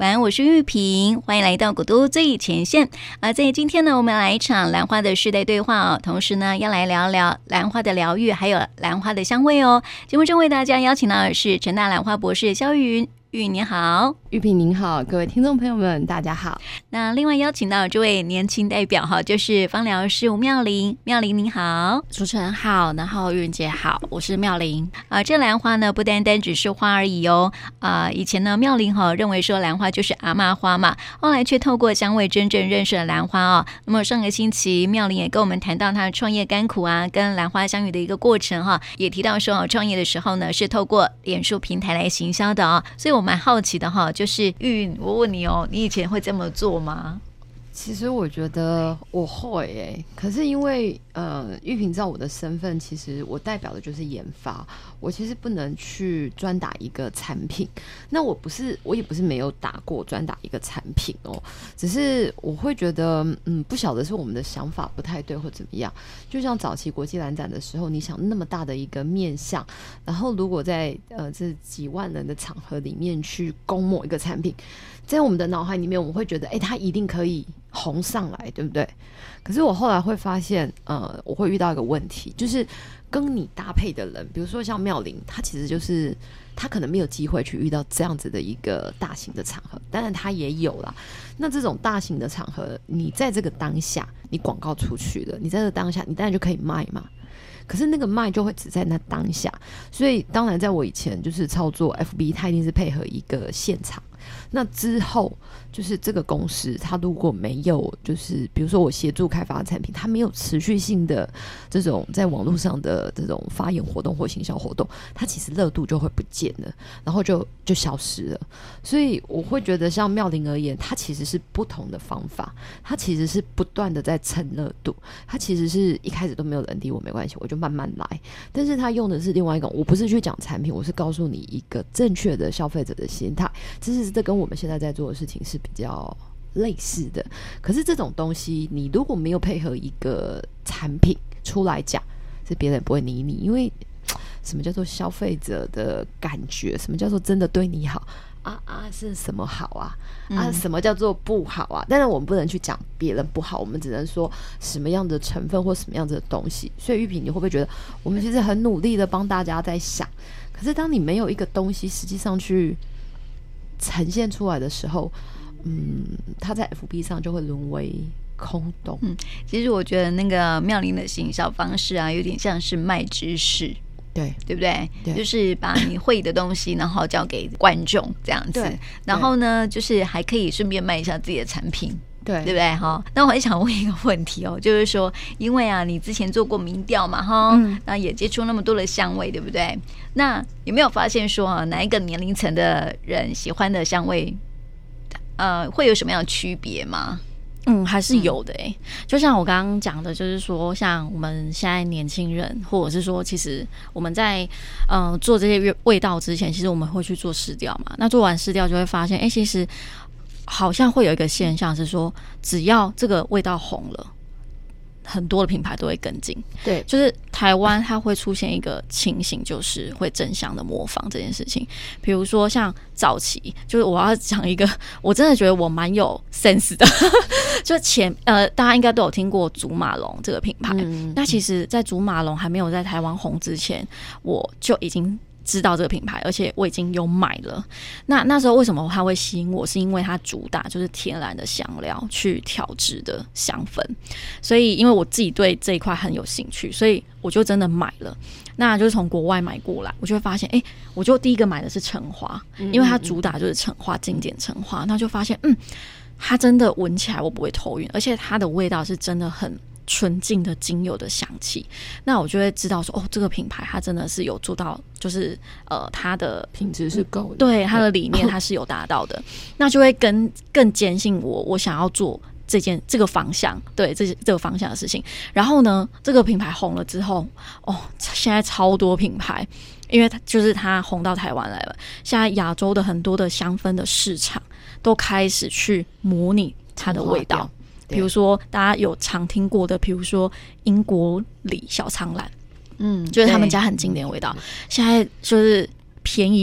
晚安，我是玉萍，欢迎来到古都最前线。在今天呢，我们来一场兰花的世代对话哦，同时呢，要来聊聊兰花的疗愈，还有兰花的香味哦。节目中为大家邀请到的是成大兰花博士萧玉云。玉你好。 玉萍您好，各位听众朋友们大家好。 那另外邀请到这位年轻代表哈，就是芳疗师吴妙玲。妙玲您好。 主持人好，然后玉云姐好，我是妙玲。 这兰花呢不单单只是花而已哦。以前呢妙玲认为说兰花就是阿嬷花嘛，后来却透过香味真正认识了兰花哦。那么上个星期妙玲也跟我们谈到她的创业甘苦啊，跟兰花相遇的一个过程哈，也提到说创业的时候呢是透过脸书平台来行销的哦。所以我蛮好奇的哈，就是玉，我问你哦，你以前会这么做吗？ 其实我觉得我会耶，可是因为玉萍知道我的身份，其实我代表的就是研发，我其实不能去专打一个产品。那我也不是没有打过专打一个产品哦，只是我会觉得不晓得是我们的想法不太对或怎么样。就像早期国际兰展的时候，你想那么大的一个面向，然后如果在这几万人的场合里面去攻某一个产品，在我们的脑海里面我们会觉得它一定可以红上来，对不对？可是我后来会发现我会遇到一个问题，就是跟你搭配的人，比如说像妙玲，她其实就是她可能没有机会去遇到这样子的一个大型的场合，当然她也有啦。那这种大型的场合，你在这个当下你广告出去了，你在这个当下你当然就可以卖嘛，可是那个卖就会只在那当下。所以当然在我以前就是操作 FB， 它一定是配合一个现场。那之后就是这个公司它如果没有就是比如说我协助开发的产品，它没有持续性的这种在网络上的这种发言活动或行销活动，它其实热度就会不见了，然后就消失了。所以我会觉得像妙玲而言，它其实是不同的方法，它其实是不断的在蹭热度，它其实是一开始都没有人理我没关系，我就慢慢来。但是它用的是另外一种，我不是去讲产品，我是告诉你一个正确的消费者的心态，这跟我们现在在做的事情是比较类似的。可是这种东西你如果没有配合一个产品出来讲，是别人不会理你。因为什么叫做消费者的感觉，什么叫做真的对你好是什么好啊什么叫做不好啊？当然我们不能去讲别人不好，我们只能说什么样的成分或什么样子的东西。所以玉萍，你会不会觉得我们其实很努力的帮大家在想，可是当你没有一个东西实际上去呈现出来的时候，它在 FB 上就会沦为空洞。 其实我觉得那个妙玲的行销方式啊，有点像是卖知识，对不对？就是把你会的东西然后交给观众这样子，然后呢就是还可以顺便卖一下自己的产品，对不对？那我很想问一个问题哦，就是说因为你之前做过民调嘛那也接触那么多的香味，对不对？那有没有发现说哪一个年龄层的人喜欢的香味会有什么样的区别吗？ 还是有的就像我刚刚讲的，就是说像我们现在年轻人，或者是说其实我们在做这些味道之前，其实我们会去做试调嘛。那做完试调就会发现其实好像会有一个现象是说，只要这个味道红了，很多的品牌都会跟进。对，就是台湾它会出现一个情形，就是会争相的模仿这件事情。比如说像早期，就是我要讲一个我真的觉得我蛮有 sense 的就大家应该都有听过祖马龙这个品牌。那其实在祖马龙还没有在台湾红之前，我就已经知道这个品牌，而且我已经有买了。那时候为什么它会吸引我，是因为它主打就是天然的香料去调制的香氛，所以因为我自己对这一块很有兴趣，所以我就真的买了。那就是从国外买过来，我就会发现我就第一个买的是橙花，因为它主打就是橙花，经典橙花。那就发现它真的闻起来我不会头晕，而且它的味道是真的很纯净的精油的香气。那我就会知道说这个品牌它真的是有做到，就是它的品质是够的， 对，它的理念它是有达到的那就会更坚信我想要做这个方向，对，这个方向的事情。然后呢，这个品牌红了之后现在超多品牌，因为它红到台湾来了，现在亚洲的很多的香氛的市场都开始去模拟它的味道。比如说大家有常听过的，比如说英国里小苍兰，就是他们家很经典的味道，现在就是便宜到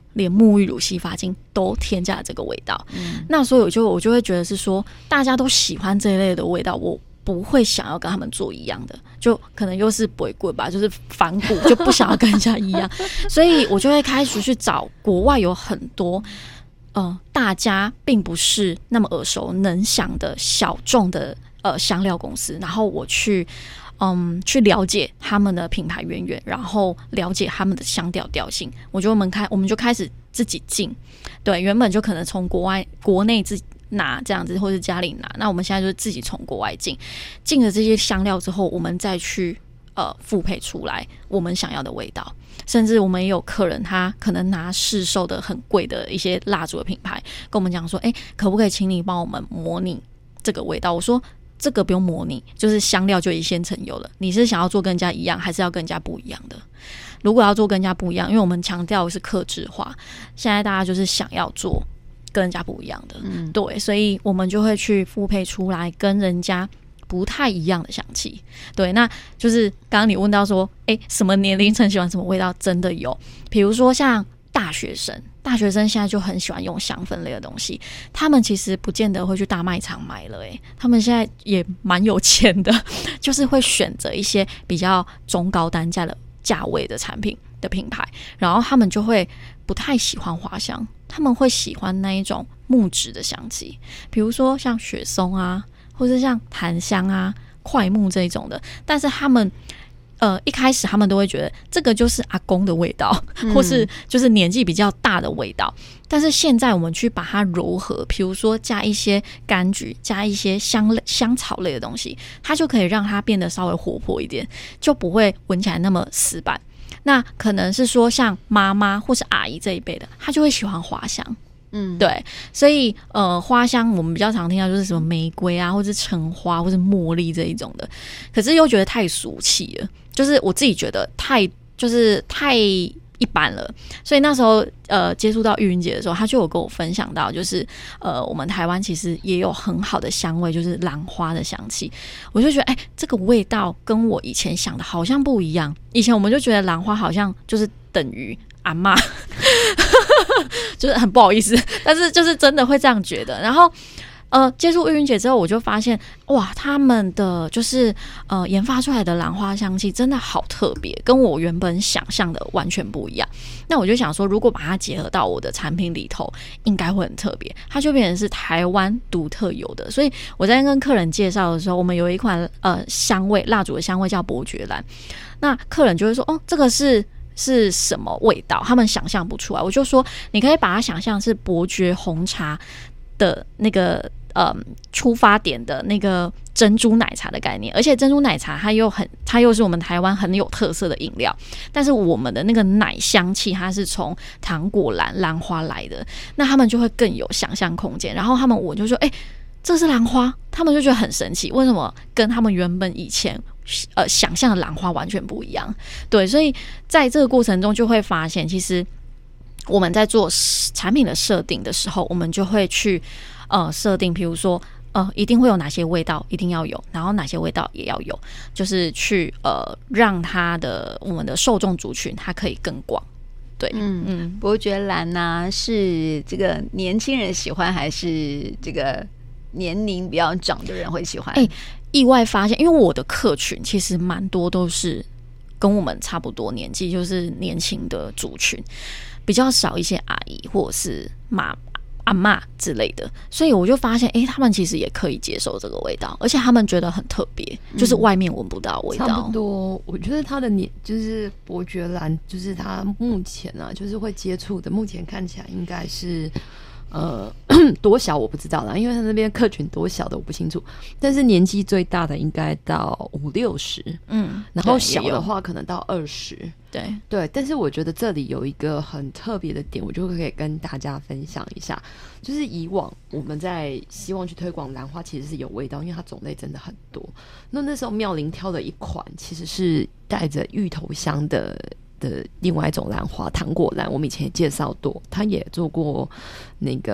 连沐浴乳、洗发精都添加了这个味道。那所以我就会觉得是说，大家都喜欢这一类的味道，我不会想要跟他们做一样的，就可能又是不会贵吧，就是反骨，就不想要跟人家一样，所以我就会开始去找国外有很多大家并不是那么耳熟能详的小众的香料公司，然后我去了解他们的品牌渊源，然后了解他们的香调调性，我们就开始自己进。对，原本就可能从国内自己拿这样子，或是家里拿，那我们现在就是自己从国外进了这些香料之后，我们再去复配出来我们想要的味道。甚至我们也有客人，他可能拿市售的很贵的一些蜡烛的品牌跟我们讲说，可不可以请你帮我们模拟这个味道？我说这个不用模拟，就是香料就已现成有了，你是想要做跟人家一样，还是要跟人家不一样的？如果要做跟人家不一样，因为我们强调的是客制化，现在大家就是想要做跟人家不一样的，对，所以我们就会去复配出来跟人家不太一样的香气。对，那就是刚刚你问到说什么年龄层喜欢什么味道，真的有，比如说像大学生现在就很喜欢用香氛类的东西，他们其实不见得会去大卖场买了，他们现在也蛮有钱的，就是会选择一些比较中高单价的价位的产品的品牌，然后他们就会不太喜欢花香，他们会喜欢那一种木质的香气，比如说像雪松啊，或是像檀香啊、檜木这一种的，但是他们一开始他们都会觉得这个就是阿公的味道，或是就是年纪比较大的味道，但是现在我们去把它柔和，比如说加一些柑橘，加一些香草类的东西，它就可以让它变得稍微活泼一点，就不会闻起来那么死板。那可能是说像妈妈或是阿姨这一辈的，她就会喜欢花香。对，所以花香我们比较常听到就是什么玫瑰啊，或是橙花，或是茉莉这一种的，可是又觉得太俗气了，就是我自己觉得太一般了。所以那时候接触到玉云姐的时候，她就有跟我分享到，就是我们台湾其实也有很好的香味，就是兰花的香气。我就觉得这个味道跟我以前想的好像不一样。以前我们就觉得兰花好像就是等于阿嬷就是很不好意思，但是就是真的会这样觉得。然后接触玉云姐之后，我就发现哇，他们的就是研发出来的兰花香气真的好特别，跟我原本想象的完全不一样。那我就想说，如果把它结合到我的产品里头，应该会很特别，它就变成是台湾独特有的。所以我在跟客人介绍的时候，我们有一款香味蜡烛的香味叫伯爵兰，那客人就会说这个是什么味道，他们想象不出来。我就说你可以把它想象是伯爵红茶的那个出发点的那个珍珠奶茶的概念，而且珍珠奶茶它又是我们台湾很有特色的饮料，但是我们的那个奶香气它是从糖果兰花来的，那他们就会更有想象空间。然后我就说这是兰花，他们就觉得很神奇，为什么跟他们原本以前想象的兰花完全不一样？对，所以在这个过程中就会发现，其实我们在做产品的设定的时候，我们就会去设定，比如说一定会有哪些味道一定要有，然后哪些味道也要有，就是去让我们的受众族群它可以更广。对， 伯爵兰啊，是这个年轻人喜欢，还是这个年龄比较长的人会喜欢？ 意外发现，因为我的客群其实蛮多都是跟我们差不多年纪，就是年轻的族群，比较少一些阿姨或者是阿嬷之类的，所以我就发现他们其实也可以接受这个味道，而且他们觉得很特别，就是外面闻不到的味道。 差不多，我觉得它的就是伯爵兰，就是它目前就是会接触的，目前看起来应该是多小我不知道啦，因为他那边客群多小的我不清楚，但是年纪最大的应该到50-60，然后小的话可能到20，对，但是我觉得这里有一个很特别的点，我就可以跟大家分享一下，就是以往我们在希望去推广兰花其实是有味道，因为它种类真的很多。那时候妙龄挑的一款其实是带着芋头香的另外一种兰花，糖果兰，我们以前也介绍过，他也做过那个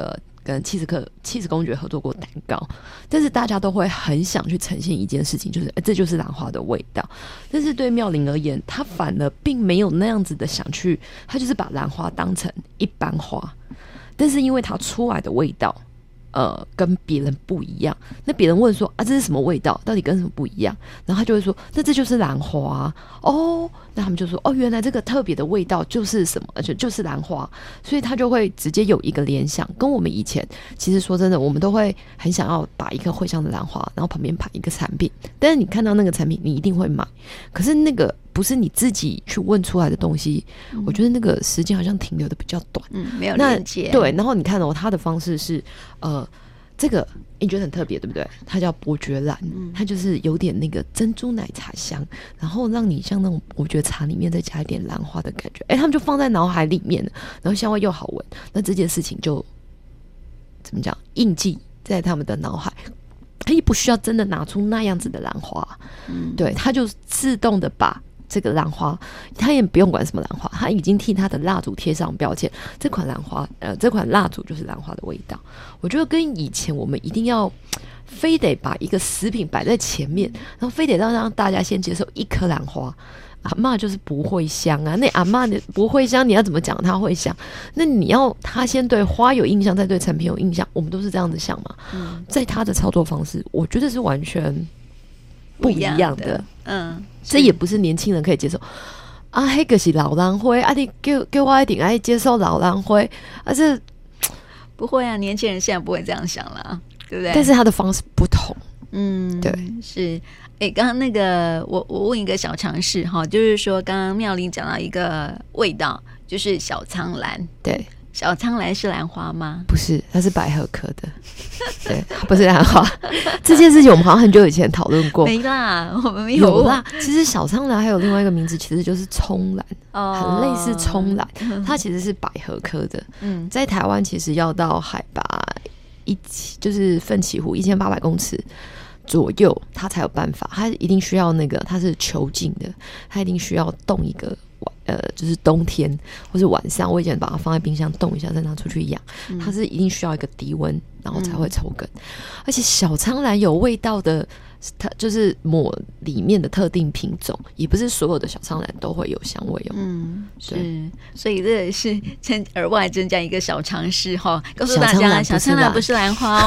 跟气质公爵合作过蛋糕，但是大家都会很想去呈现一件事情，就是这就是兰花的味道。但是对妙龄而言，他反而并没有那样子的想去，他就是把兰花当成一般花，但是因为它出来的味道跟别人不一样，那别人问说啊，这是什么味道？到底跟什么不一样？然后他就会说，那这就是兰花哦。那他们就说，哦，原来这个特别的味道就是什么，而且就是兰花，所以他就会直接有一个联想。跟我们以前，其实说真的，我们都会很想要把一颗会香的兰花，然后旁边摆一个产品，但是你看到那个产品，你一定会买，可是那个不是你自己去问出来的东西，我觉得那个时间好像停留的比较短， 没有连接。 对，然后你看他的方式是这个你觉得很特别对不对？它叫伯爵蓝，它就是有点那个珍珠奶茶香，然后让你像那种伯爵茶里面再加一点兰花的感觉，他们就放在脑海里面，然后香味又好闻，那这件事情就怎么讲印记在他们的脑海，他也不需要真的拿出那样子的兰花，对，他就自动的把这个兰花，他也不用管什么兰花，他已经替他的蜡烛贴上标签，这款兰花这款蜡烛就是兰花的味道。我觉得跟以前我们一定要非得把一个食品摆在前面，然后非得让大家先接受一颗兰花，阿嬷就是不会香啊，那阿嬷不会香，你要怎么讲她会香？那你要她先对花有印象，再对产品有印象，我们都是这样子想嘛。在她的操作方式，我觉得是完全不一样的。这也不是年轻人可以接受啊，那个是老人花啊，你叫我一定爱接受老人花啊，这不会啊，年轻人现在不会这样想啦，对不对？ 但是他的方式不同，对， 是。刚刚那个我问一个小常识哈，就是说刚刚妙玲讲到一个味道，就是小苍兰， 对。 小苍兰是兰花吗？ 不是，它是百合科的。对，它不是兰花。这件事情我们好像很久以前讨论过。 没啦，我们没有啦。其实小苍兰还有另外一个名字，其实就是葱兰，很类似葱兰。它其实是百合科的。在台湾其实要到海拔就是奋起湖1800公尺左右，它才有办法。它一定需要那个，它是球茎的，它一定需要冻一个。就是冬天或是晚上，我以前把它放在冰箱冻一下再拿出去养，它是一定需要一个低温然后才会抽根，而且小苍兰有味道的，它就是抹里面的特定品种，也不是所有的小苍兰都会有香味是，所以这也是额外增加一个小常识哈，告诉大家小苍兰不是兰花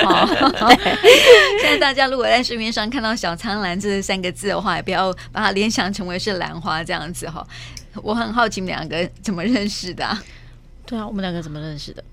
现在大家如果在市面上看到小苍兰这3个字的话，也不要把它联想成为是兰花这样子哈。我很好奇你们两个怎么认识的对啊，我们两个怎么认识的？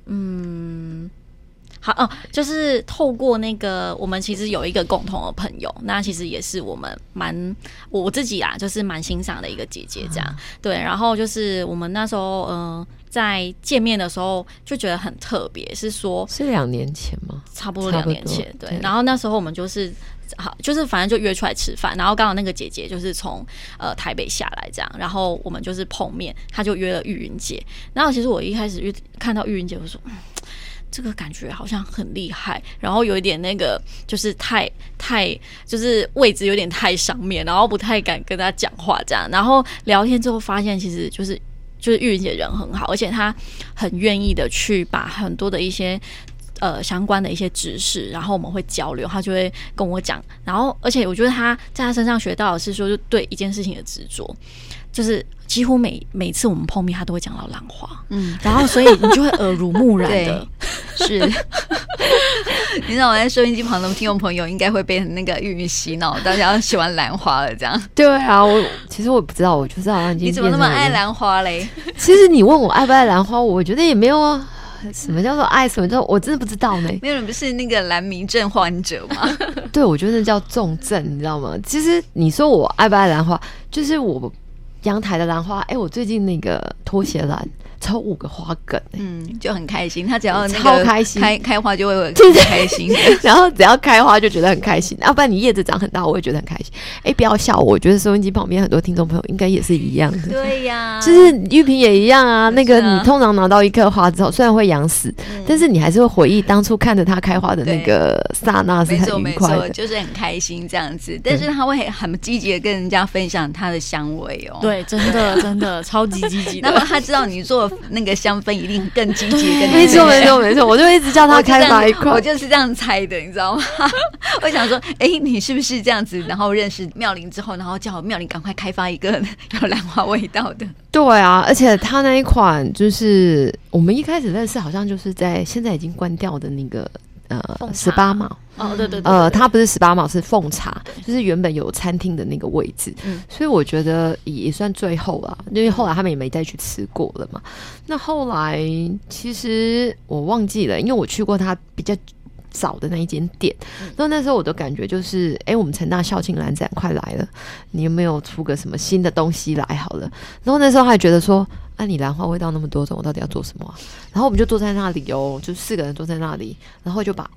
好就是透过那个，我们其实有一个共同的朋友，那其实也是我们我自己啦，就是蛮欣赏的一个姐姐这样。对，然后就是我们那时候在见面的时候就觉得很特别，是说是2年前吗？ 差不多2年前，对。然后那时候我们就是反正就约出来吃饭，然后刚好那个姐姐就是从台北下来这样，然后我们就是碰面，她就约了玉云姐。然后其实我一开始看到玉云姐，我说这个感觉好像很厉害，然后有一点那个就是太就是位置有点太上面，然后不太敢跟她讲话这样。然后聊天之后发现，其实就是玉云姐人很好，而且她很愿意的去把很多的一些相关的一些知识，然后我们会交流，他就会跟我讲。然后而且我觉得他在他身上学到的是说，就对一件事情的执着，就是几乎每次我们碰面他都会讲到兰花，然后所以你就会耳濡目染的是你知道我在收音机旁的听众朋友应该会被那个玉云洗脑，大家喜欢兰花了这样。 对啊，其实我不知道，我就是好像已经你怎么那么爱兰花嘞？ 其实你问我爱不爱兰花，我觉得也没有啊。什么叫做爱？什么叫我真的不知道呢？ 没有人不是那个蓝迷症患者吗？ 对，我觉得那叫重症，你知道吗？其实你说我爱不爱兰花，就是我阳台的兰花，我最近那个拖鞋兰超5个花梗， 就很开心。他只要那个超开心， 开花就会很开心， 然后只要开花就觉得很开心，要不然你叶子长很大，我会觉得很开心。不要笑我，觉得收音机旁边很多听众朋友应该也是一样的。 对呀， 就是玉萍也一样啊。那个你通常拿到一颗花之后，虽然会养死，但是你还是会回忆当初看着它开花的那个刹那，是很愉快的， 没错，就是很开心这样子。但是他会很积极的跟人家分享它的香味哦。 对，真的超级积极的。 那么他知道你做那个香氛一定更积极，更没错，我就一直叫他开发一块， 我就是这样猜的，你知道吗？我想说，你是不是这样子？然后认识妙龄之后，然后叫妙龄赶快开发一个有兰花味道的。 对啊，而且他那一款就是我们一开始认识，好像就是在现在已经关掉的那个18毛。 对， 它不是18毛，是奉茶，就是原本有餐厅的那个位置，所以我觉得也算最后啦，因为后来他们也没再去吃过了嘛。那后来其实我忘记了，因为我去过他比较早的那一间店，那时候我的感觉就是，我们成大校庆兰展快来了，你有没有出个什么新的东西来好了？然后那时候还觉得说，你兰花味道那么多种，我到底要做什么啊？然后我们就坐在那里就4个人坐在那里，然后就把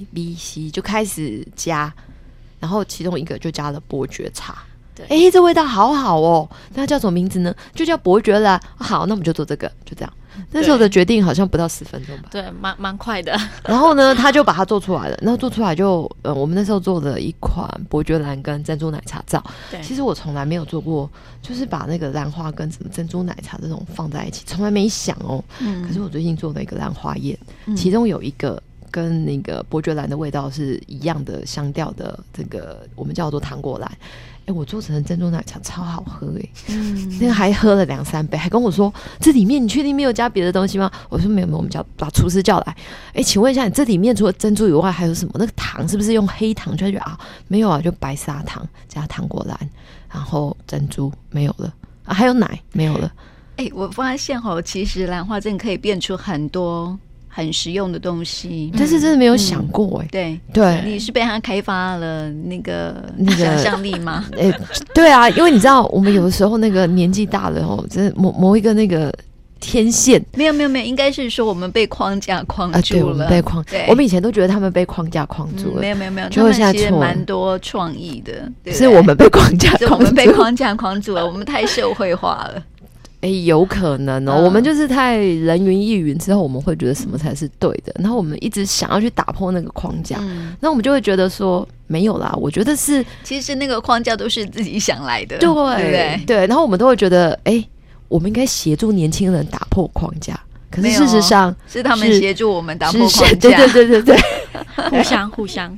A、B、C 就开始加，然后其中一个就加了伯爵茶。这味道好好哦，那叫什么名字呢？就叫伯爵啦。好，那我们就做这个，就这样。那时候的决定好像不到10分钟吧？ 对，蛮快的。 然后呢，他就把它做出来了。然后做出来就，我们那时候做了一款伯爵蓝跟珍珠奶茶皂。其实我从来没有做过，就是把那个兰花跟什么珍珠奶茶这种放在一起，从来没想哦。可是我最近做了一个兰花宴，其中有一个跟那个伯爵蓝的味道是一样的香调的，这个我们叫做糖果蓝。我做成珍珠奶茶超好喝那个还喝了2-3杯，还跟我说这里面你确定没有加别的东西吗？我说没有，我们把厨师叫来。请问一下，你这里面除了珍珠以外还有什么？那个糖是不是用黑糖？就没有啊，就白砂糖加糖果蓝，然后珍珠没有了还有奶没有了。 我发现其实兰花真的可以变出很多很实用的东西， 但是真的没有想过对，你是被他开发了那个想象力吗？ 对啊，因为你知道我们有的时候那个年纪大了真的某一个那个天线， 没有，应该是说我们被框架框住了。 对，我们被框，我们以前都觉得他们被框架框住了， 没有， 就会现在其实蛮多创意的，对， 是我们被框架框住了， 是我们被框架框住了，我们太社会化了。 有可能我们就是太人云亦云之后，我们会觉得什么才是对的，然后我们一直想要去打破那个框架，那我们就会觉得说没有啦，我觉得是其实那个框架都是自己想来的， 对，然后我们都会觉得我们应该协助年轻人打破框架，可是事实上是他们协助我们打破框架， 对互相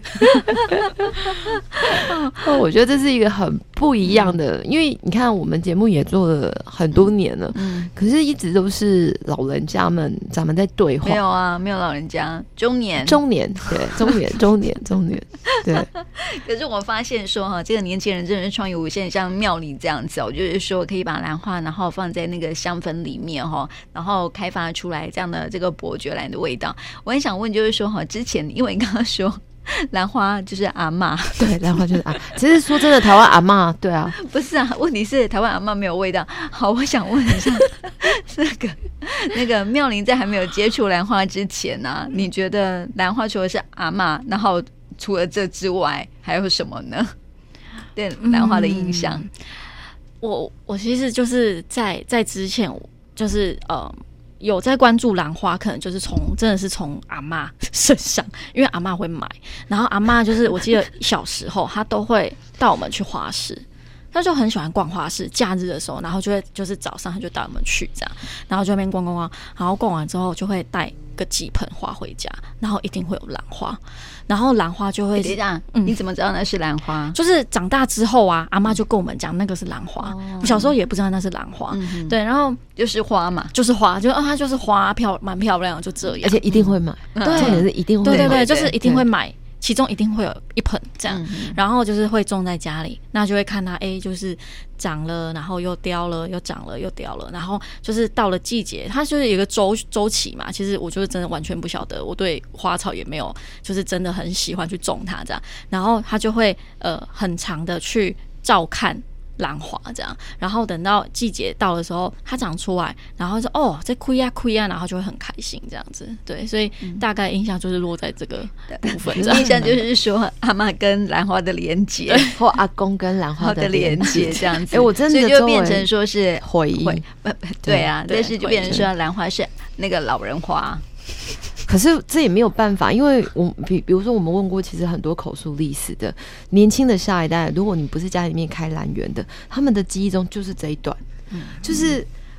我觉得这是一个很不一样的，因为你看我们节目也做了很多年了，可是一直都是老人家们咱们在对话。 没有啊，没有老人家，中年对，中年对。 可是我发现说这个年轻人真的是创意无限，像妙龄这样子就是说可以把兰花然后放在那个香氛里面然后开发出来这样的这个伯爵蓝的味道。我很想问就是说之前因为你刚刚说兰花就是阿嬷， 对，兰花就是其实说真的，台湾阿嬷，对啊， 不是啊，问题是台湾阿嬷没有味道。好，我想问一下，那个妙龄在还没有接触兰花之前你觉得兰花除了是阿嬷，然后除了这之外还有什么呢？对兰花的印象， 我其实就是在之前就是有在关注兰花，可能就是真的是从阿嬷身上，因为阿嬷会买，然后阿嬷就是我记得小时候她都会带我们去花市，她就很喜欢逛花市，假日的时候，然后就是早上她就带我们去这样，然后就那边逛，然后逛完之后就会带个几盆花回家，然后一定会有兰花，然后兰花就会等一下，你怎么知道那是兰花？ 就是长大之后阿嬷就跟我们讲那个是兰花，我小时候也不知道那是兰花，对，然后就是花嘛， 就是花，它就是花，蛮漂亮的，就这样， 而且一定会买，重点是一定会买， 对，就是一定会买。其中一定会有一盆这样，然后就是会种在家里，那就会看它就是长了，然后又凋了，又长了，又凋了，然后就是到了季节，它就是有一个周期嘛。其实我就是真的完全不晓得，我对花草也没有就是真的很喜欢去种它这样，然后它就会很长的去照看兰花这样，然后等到季节到的时候，它长出来，然后说在亏啊，然后就会很开心这样子。对，所以大概印象就是落在这个部分。 印象就是说阿嬷跟兰花的连结， 或阿公跟兰花的连结这样子。 我真的所以就变成说是回忆， 对啊，但是就变成说兰花是那个老人花。 可是这也没有办法，因为比如说我们问过，其实很多口述历史的年轻的下一代，如果你不是家里面开兰园的，他们的记忆中就是这一段，就是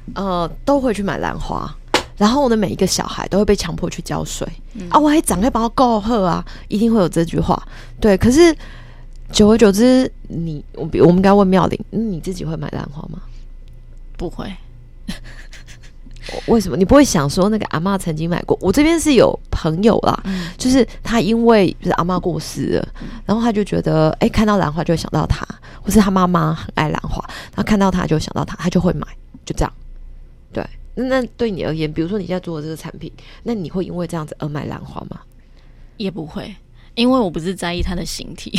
都会去买兰花，然后呢每一个小孩都会被强迫去浇水、啊，我还长开把它够喝啊，一定会有这句话。对，可是久而久之，我们应该问妙玲，你自己会买兰花吗？ 不会。 为什么你不会想说那个阿嬷曾经买过？我这边是有朋友啦，就是他因为就是阿嬷过世了，然后他就觉得看到兰花就会想到他，或是他妈妈很爱兰花，然后看到他就会想到他，他就会买，就这样。对，那对你而言，比如说你现在做的这个产品，那你会因为这样子而买兰花吗？ 也不会，因为我不是在意它的形体。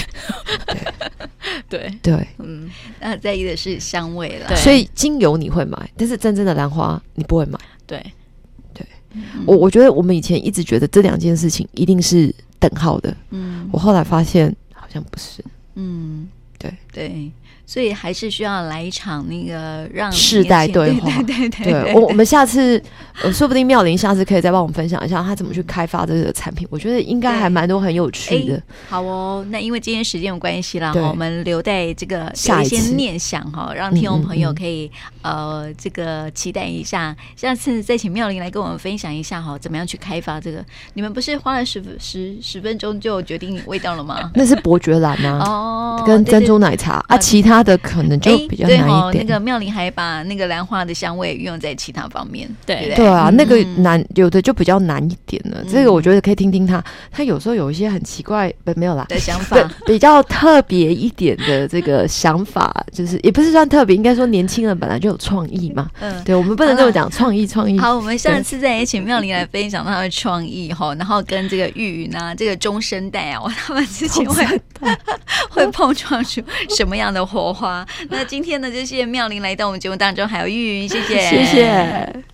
对， 那在意的是香味啦。 所以精油你会买，但是真正的兰花你不会买。 对， 我觉得我们以前一直觉得这两件事情一定是等号的，我后来发现好像不是。对， 所以还是需要来一场那个让世代对话。对，我们下次说不定妙玲下次可以再帮我们分享一下她怎么去开发这个产品，我觉得应该还蛮多很有趣的。 好哦，那因为今天时间有关系啦，我们留待这个有一些念想让听众朋友可以这个期待一下，下次再请妙玲来跟我们分享一下怎么样去开发这个。你们不是花了10分钟就决定味道了吗？ 那是伯爵蓝啊，跟珍珠奶茶啊，其他的可能就比较难一点。 那个妙玲还把那个兰花的香味运用在其他方面。 对啊，那个有的就比较难一点了。这个我觉得可以听听他有时候有一些很奇怪没有啦的想法， 比较特别一点的这个想法，就是也不是算特别，应该说年轻人本来就有创意嘛。对，我们不能这么讲，创意。 好，我们下次再请妙玲来分享她的创意然后跟这个玉云啊，这个中生代啊，他们之间会碰撞出什么样的火花？那今天呢，就谢谢妙玲来到我们节目当中，还有玉云，谢谢。